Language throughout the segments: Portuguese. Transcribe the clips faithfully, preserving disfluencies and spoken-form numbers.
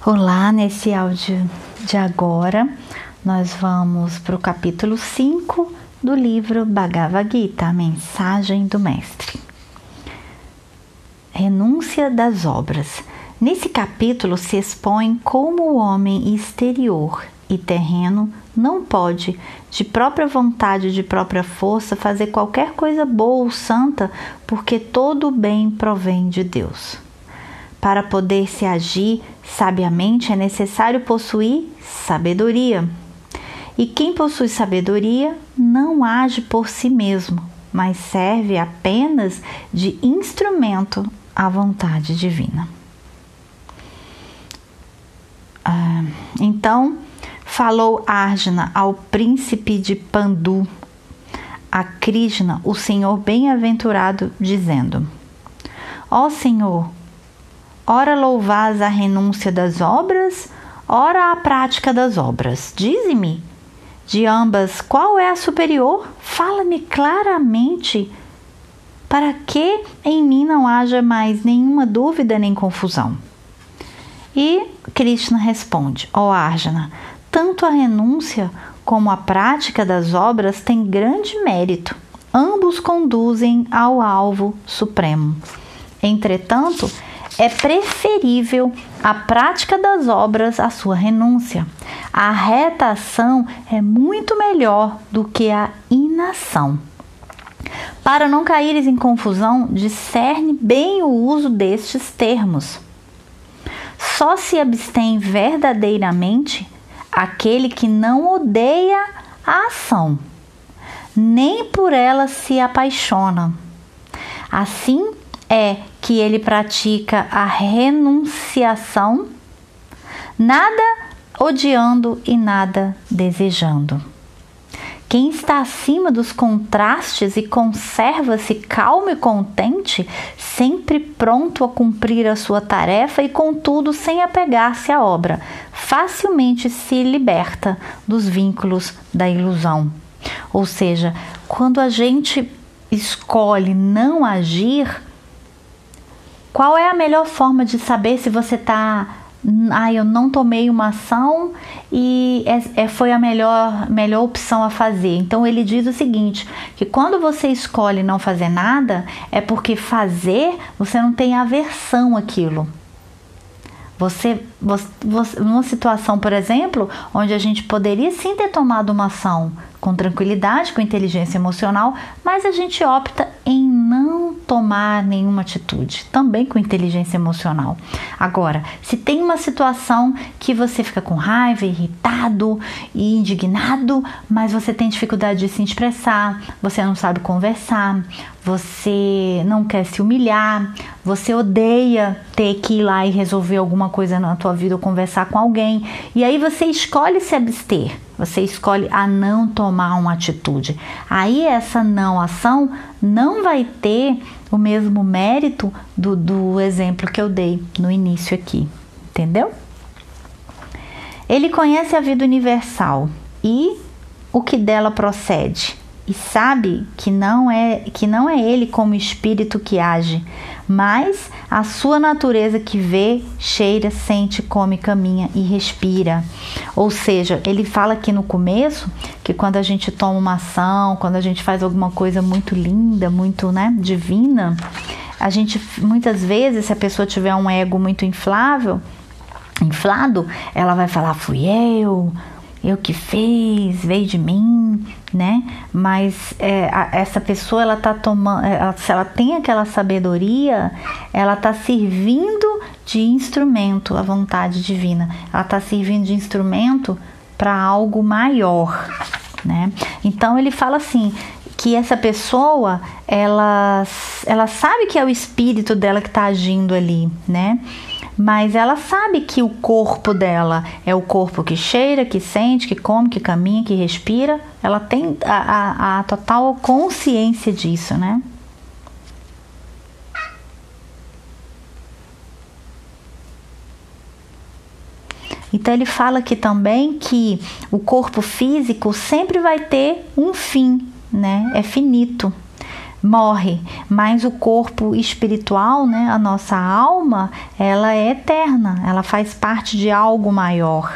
Olá, nesse áudio de agora nós vamos para o capítulo cinco do livro Bhagavad Gita, a mensagem do mestre. Renúncia das obras. Nesse capítulo se expõe como o homem exterior e terreno não pode, de própria vontade e de própria força, fazer qualquer coisa boa ou santa, porque todo o bem provém de Deus. Para poder se agir sabiamente é necessário possuir sabedoria. E quem possui sabedoria não age por si mesmo, mas serve apenas de instrumento à vontade divina. Ah, então, falou Arjuna ao príncipe de Pandu, a Krishna, o Senhor bem-aventurado, dizendo: Ó Senhor, ora louvás a renúncia das obras, ora a prática das obras. Dize-me, de ambas, qual é a superior? Fala-me claramente, para que em mim não haja mais nenhuma dúvida nem confusão. E Krishna responde: ó Arjuna, tanto a renúncia como a prática das obras têm grande mérito. Ambos conduzem ao alvo supremo. Entretanto, é preferível a prática das obras à sua renúncia. A reta ação é muito melhor do que a inação. Para não caíres em confusão, discerne bem o uso destes termos. Só se abstém verdadeiramente aquele que não odeia a ação, nem por ela se apaixona. Assim é que ele pratica a renunciação, nada odiando e nada desejando. Quem está acima dos contrastes e conserva-se calmo e contente, sempre pronto a cumprir a sua tarefa e, contudo, sem apegar-se à obra, facilmente se liberta dos vínculos da ilusão. Ou seja, quando a gente escolhe não agir, qual é a melhor forma de saber se você está... Ah, eu não tomei uma ação e é, é, foi a melhor, melhor opção a fazer. Então ele diz o seguinte, que quando você escolhe não fazer nada, é porque fazer, você não tem aversão àquilo. Você, você, você, numa situação, por exemplo, onde a gente poderia sim ter tomado uma ação com tranquilidade, com inteligência emocional, mas a gente opta em não tomar nenhuma atitude, também com inteligência emocional. Agora, se tem uma situação que você fica com raiva, irritado e indignado, mas você tem dificuldade de se expressar, você não sabe conversar, você não quer se humilhar, você odeia ter que ir lá e resolver alguma coisa na tua vida ou conversar com alguém, e aí você escolhe se abster, você escolhe a não tomar uma atitude. Aí essa não ação não vai ter o mesmo mérito do, do exemplo que eu dei no início aqui, entendeu? Ele conhece a vida universal e o que dela procede, e sabe que não é, que não é ele como espírito que age, mas a sua natureza que vê, cheira, sente, come, caminha e respira. Ou seja, ele fala aqui no começo que quando a gente toma uma ação, quando a gente faz alguma coisa muito linda, muito, né, divina, a gente, muitas vezes, se a pessoa tiver um ego muito inflável, inflado, ela vai falar, fui eu, eu que fiz, veio de mim, né? Mas é, a, essa pessoa, ela tá tomando, ela, se ela tem aquela sabedoria, ela tá servindo de instrumento à vontade divina. Ela tá servindo de instrumento para algo maior, né? Então ele fala assim, que essa pessoa, ela, ela sabe que é o espírito dela que tá agindo ali, né? Mas ela sabe que o corpo dela é o corpo que cheira, que sente, que come, que caminha, que respira. Ela tem a, a, a total consciência disso, né? Então ele fala aqui também que o corpo físico sempre vai ter um fim, né? É finito. morre, mas o corpo espiritual, né, a nossa alma, ela é eterna, ela faz parte de algo maior.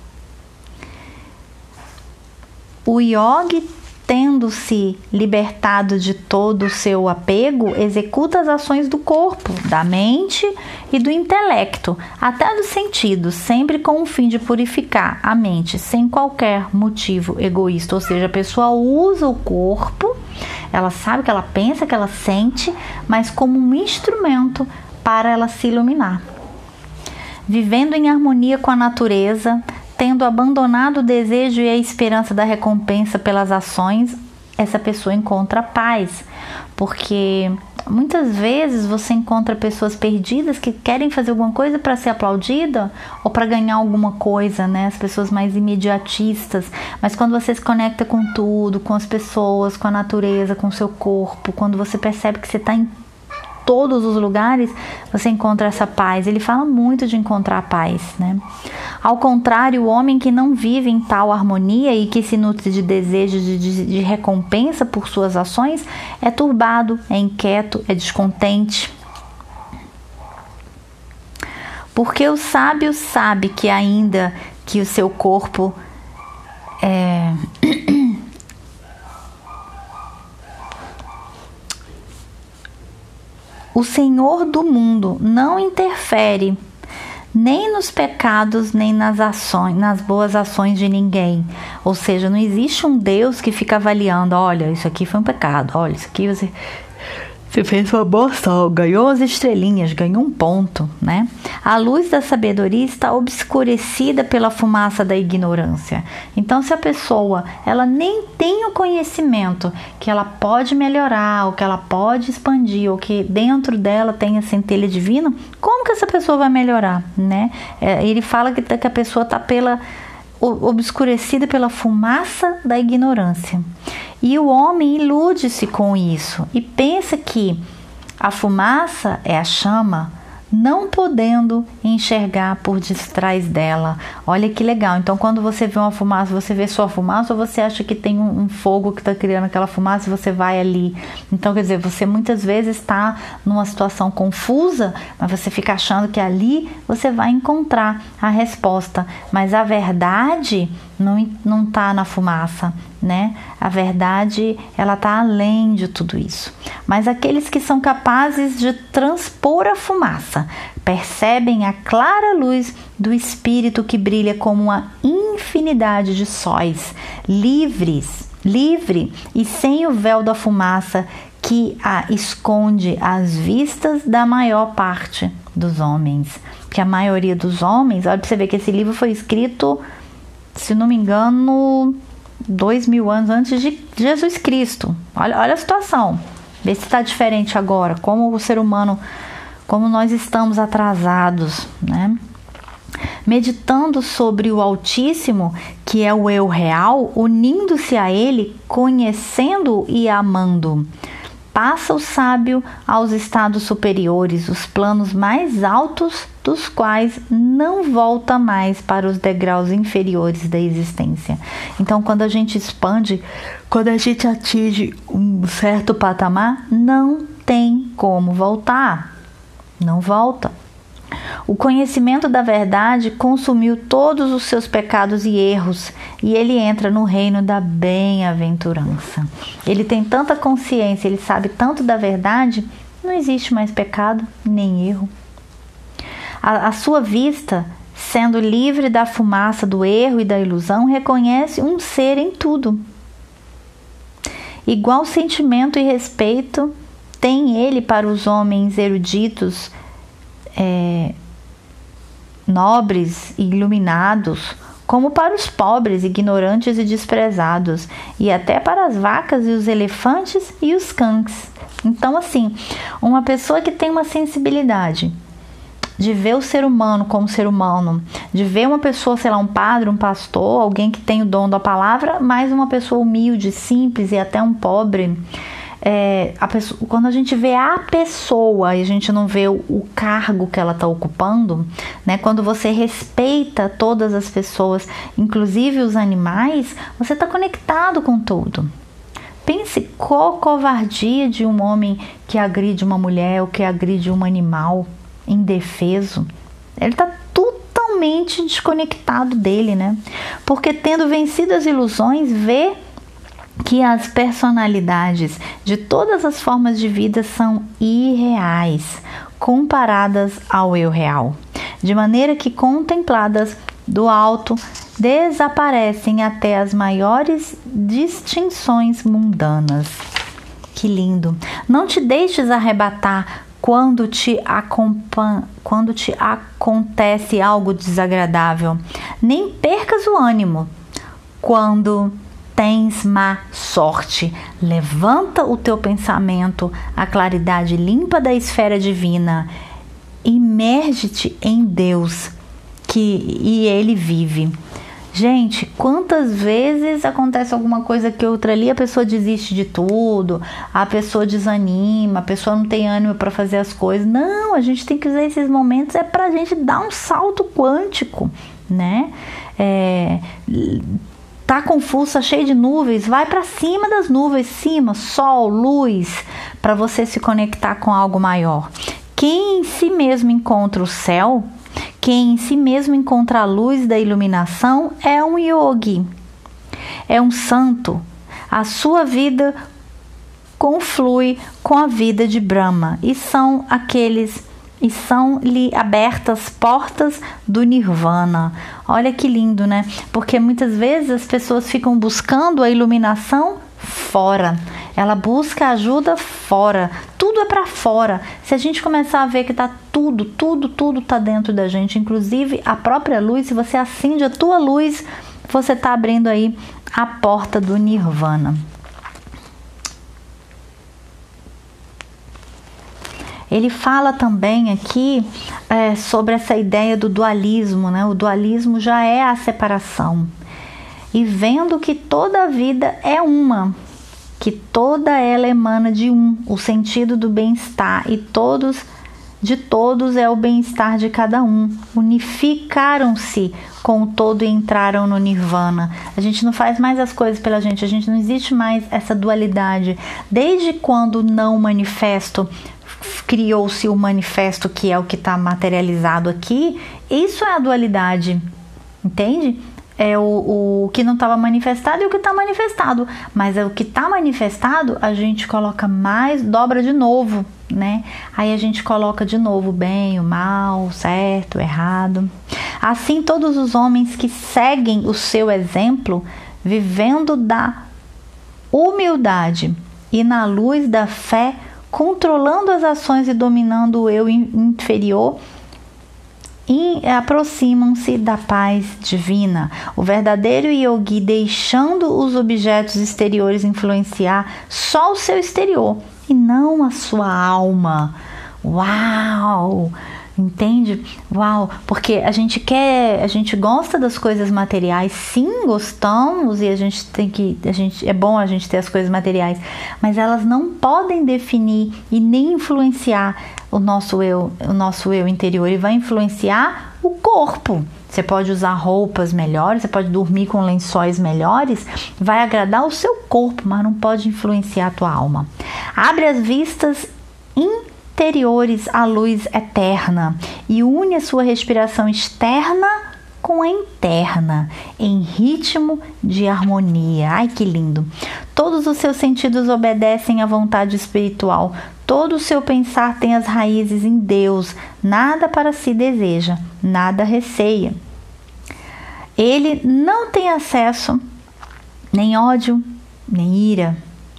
O yogi, tendo-se libertado de todo o seu apego, executa as ações do corpo, da mente e do intelecto, até dos sentidos, sempre com o fim de purificar a mente, sem qualquer motivo egoísta. Ou seja, a pessoa usa o corpo, ela sabe que ela pensa, que ela sente, mas como um instrumento para ela se iluminar. Vivendo em harmonia com a natureza, tendo abandonado o desejo e a esperança da recompensa pelas ações, essa pessoa encontra paz. Porque muitas vezes você encontra pessoas perdidas que querem fazer alguma coisa para ser aplaudida ou para ganhar alguma coisa, né? As pessoas mais imediatistas. Mas quando você se conecta com tudo, com as pessoas, com a natureza, com o seu corpo, quando você percebe que você está em todos os lugares, você encontra essa paz. Ele fala muito de encontrar a paz, né? Ao contrário, o homem que não vive em tal harmonia e que se nutre de desejos de, de, de recompensa por suas ações é turbado, é inquieto, é descontente. Porque o sábio sabe que ainda que o seu corpo é... O Senhor do mundo não interfere nem nos pecados, nem nas ações, nas boas ações de ninguém. Ou seja, não existe um Deus que fica avaliando, olha, isso aqui foi um pecado, olha, isso aqui você, você fez uma bosta, ganhou as estrelinhas, ganhou um ponto, né? A luz da sabedoria está obscurecida pela fumaça da ignorância. Então, se a pessoa ela nem tem o conhecimento que ela pode melhorar, ou que ela pode expandir, ou que dentro dela tem a centelha divina, como que essa pessoa vai melhorar, né? É, ele fala que, que a pessoa está pela obscurecida pela fumaça da ignorância. E o homem ilude-se com isso e pensa que a fumaça é a chama, não podendo enxergar por detrás dela. Olha que legal. Então, quando você vê uma fumaça, você vê só a fumaça, ou você acha que tem um, um fogo que está criando aquela fumaça e você vai ali? Então, quer dizer, você muitas vezes está numa situação confusa, mas você fica achando que ali você vai encontrar a resposta. Mas a verdade não não está na fumaça, né? A verdade, ela está além de tudo isso. Mas aqueles que são capazes de transpor a fumaça percebem a clara luz do Espírito que brilha como uma infinidade de sóis, livres, livre e sem o véu da fumaça que a esconde às vistas da maior parte dos homens. Porque a maioria dos homens, olha para você ver que esse livro foi escrito, se não me engano, dois mil anos antes de Jesus Cristo. Olha, olha a situação. Vê se está diferente agora, como o ser humano, como nós estamos atrasados, né? Meditando sobre o Altíssimo, que é o eu real, unindo-se a Ele, conhecendo e amando. Passa o sábio aos estados superiores, os planos mais altos dos quais não volta mais para os degraus inferiores da existência. Então, quando a gente expande, quando a gente atinge um certo patamar, não tem como voltar. Não volta. O conhecimento da verdade consumiu todos os seus pecados e erros, e ele entra no reino da bem-aventurança. Ele tem tanta consciência, ele sabe tanto da verdade, não existe mais pecado nem erro. A, a sua vista, sendo livre da fumaça do erro e da ilusão, reconhece um ser em tudo. Igual sentimento e respeito tem ele para os homens eruditos, É, nobres e iluminados, como para os pobres, ignorantes e desprezados, e até para as vacas e os elefantes e os cães. Então, assim, uma pessoa que tem uma sensibilidade de ver o ser humano como ser humano, de ver uma pessoa, sei lá, um padre, um pastor, alguém que tem o dom da palavra, mais uma pessoa humilde, simples e até um pobre. É, a pessoa, quando a gente vê a pessoa e a gente não vê o, o cargo que ela está ocupando, né? Quando você respeita todas as pessoas, inclusive os animais, você está conectado com tudo. pense qual covardia de um homem que agride uma mulher ou que agride um animal indefeso. Ele está totalmente desconectado dele, né? Porque tendo vencido as ilusões, vê que as personalidades de todas as formas de vida são irreais, comparadas ao eu real, de maneira que, contempladas do alto, desaparecem até as maiores distinções mundanas. Que lindo! Não te deixes arrebatar quando te, acompan... quando te acontece algo desagradável, nem percas o ânimo quando tens má sorte. Levanta o teu pensamento à claridade limpa da esfera divina, imerge-te em Deus, que e Ele vive. Gente, quantas vezes acontece alguma coisa que outra ali, a pessoa desiste de tudo, a pessoa desanima, a pessoa não tem ânimo para fazer as coisas. Não, a gente tem que usar esses momentos é para a gente dar um salto quântico, né? É, tá confuso, tá cheio de nuvens, vai para cima das nuvens, cima, sol, luz, para você se conectar com algo maior. Quem em si mesmo encontra o céu, quem em si mesmo encontra a luz da iluminação, é um yogi, é um santo. A sua vida conflui com a vida de Brahma e são aqueles e são-lhe abertas portas do Nirvana. Olha que lindo, né? Porque muitas vezes as pessoas ficam buscando a iluminação fora. Ela busca ajuda fora. Tudo é para fora. Se a gente começar a ver que tá tudo, tudo, tudo tá dentro da gente, inclusive a própria luz, se você acende a tua luz, você tá abrindo aí a porta do Nirvana. Ele fala também aqui é, sobre essa ideia do dualismo, né? O dualismo já é a separação. E vendo que toda a vida é uma, que toda ela emana de um, o sentido do bem-estar, e todos, de todos é o bem-estar de cada um. Unificaram-se com o todo e entraram no Nirvana. A gente não faz mais as coisas pela gente, a gente não existe mais essa dualidade. Desde quando o não manifesto criou-se o manifesto, que é o que está materializado aqui, isso é a dualidade, entende? É o, o que não estava manifestado e o que está manifestado, mas é o que está manifestado, a gente coloca mais, dobra de novo, né? Aí a gente coloca de novo o bem, o mal, o certo, o errado. Assim, todos os homens que seguem o seu exemplo, vivendo da humildade e na luz da fé, controlando as ações e dominando o eu inferior, e aproximam-se da paz divina. O verdadeiro yogi, deixando os objetos exteriores influenciar só o seu exterior e não a sua alma. Uau! Entende? Uau! Porque a gente quer, a gente gosta das coisas materiais, sim, gostamos, e a gente tem que, a gente, é bom a gente ter as coisas materiais, mas elas não podem definir e nem influenciar o nosso eu, o nosso eu interior. E vai influenciar o corpo. Você pode usar roupas melhores, você pode dormir com lençóis melhores, vai agradar o seu corpo, mas não pode influenciar a tua alma. Abre as vistas interiores à luz eterna e une a sua respiração externa com a interna, em ritmo de harmonia. Ai, que lindo! Todos os seus sentidos obedecem à vontade espiritual. Todo o seu pensar tem as raízes em Deus. Nada para si deseja, nada receia. Ele não tem acesso, nem ódio, nem ira.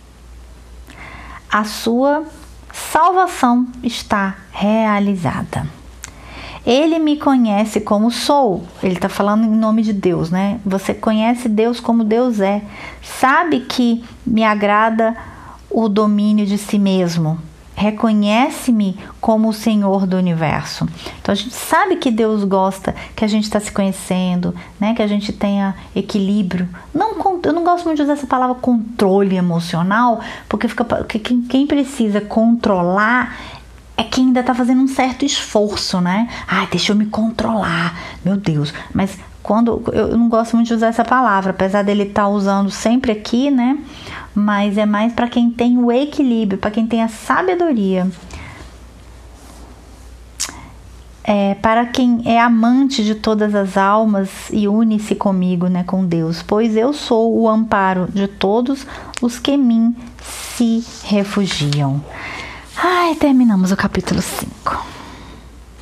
A sua salvação está realizada. Ele me conhece como sou. Ele está falando em nome de Deus, né? Você conhece Deus como Deus é. Sabe que me agrada o domínio de si mesmo. Reconhece-me como o Senhor do universo. Então a gente sabe que Deus gosta que a gente está se conhecendo, né? Que a gente tenha equilíbrio. Não, eu não gosto muito de usar essa palavra controle emocional, porque fica, porque quem, quem precisa controlar é quem ainda está fazendo um certo esforço, né? Ai, deixa eu me controlar, meu Deus. Mas quando eu não gosto muito de usar essa palavra, apesar dele estar tá usando sempre aqui, né? mas é mais para quem tem o equilíbrio, para quem tem a sabedoria. É, para quem é amante de todas as almas e une-se comigo, né, com Deus, pois eu sou o amparo de todos os que em mim se refugiam. Ai, terminamos o capítulo cinco.